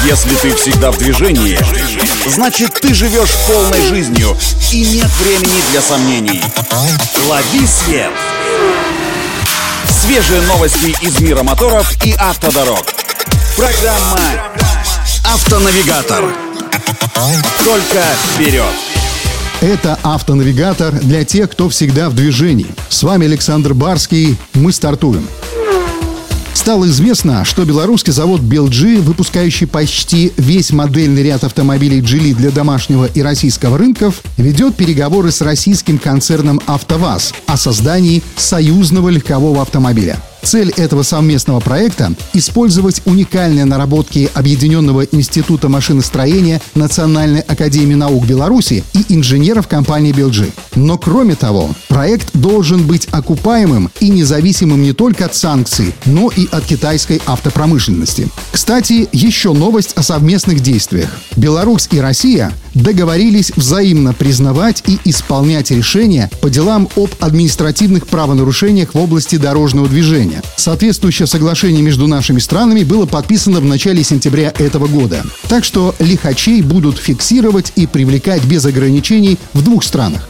Если ты всегда в движении, значит ты живешь полной жизнью и нет времени для сомнений. Лови свет! Свежие новости из мира моторов и автодорог. Программа «Автонавигатор». Только вперед! Это «Автонавигатор» для тех, кто всегда в движении. С вами Александр Барский. Мы стартуем. Стало известно, что белорусский завод BLG, выпускающий почти весь модельный ряд автомобилей Geely для домашнего и российского рынков, ведет переговоры с российским концерном «АвтоВАЗ» о создании союзного легкового автомобиля. Цель этого совместного проекта – использовать уникальные наработки Объединенного института машиностроения Национальной академии наук Беларуси и инженеров компании BLG. Но кроме того, проект должен быть окупаемым и независимым не только от санкций, но и от китайской автопромышленности. Кстати, еще новость о совместных действиях. Беларусь и Россия договорились взаимно признавать и исполнять решения по делам об административных правонарушениях в области дорожного движения. Соответствующее соглашение между нашими странами было подписано в начале сентября этого года. Так что лихачей будут фиксировать и привлекать без ограничений в двух странах.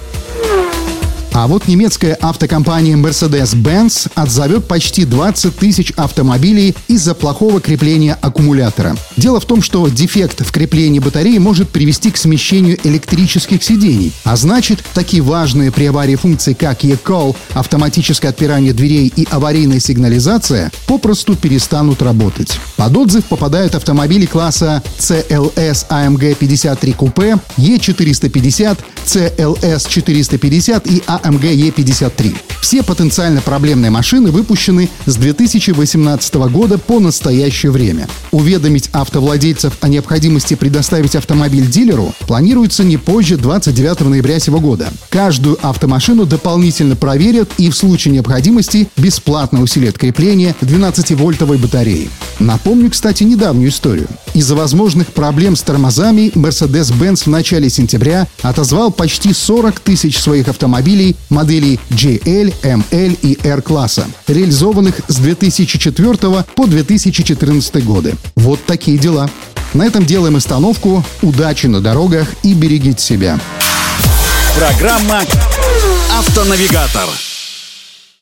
А вот немецкая автокомпания Mercedes-Benz отзовет почти 20 тысяч автомобилей из-за плохого крепления аккумулятора. Дело в том, что дефект в креплении батареи может привести к смещению электрических сидений. А значит, такие важные при аварии функции, как e-call, автоматическое отпирание дверей и аварийная сигнализация, попросту перестанут работать. Под отзыв попадают автомобили класса CLS AMG 53 Coupe, E450, CLS 450 и AMG E53. Все потенциально проблемные машины выпущены с 2018 года по настоящее время. Уведомить автовладельцев о необходимости предоставить автомобиль дилеру планируется не позже 29 ноября сего года. Каждую автомашину дополнительно проверят и в случае необходимости бесплатно усилят крепление 12-вольтовой батареи. Напомню, кстати, недавнюю историю. Из-за возможных проблем с тормозами Mercedes-Benz в начале сентября отозвал почти 40 тысяч своих автомобилей моделей GL, ML и R-класса, реализованных с 2004 по 2014 годы. Вот такие дела. На этом делаем остановку. Удачи на дорогах и берегите себя. Программа «Автонавигатор».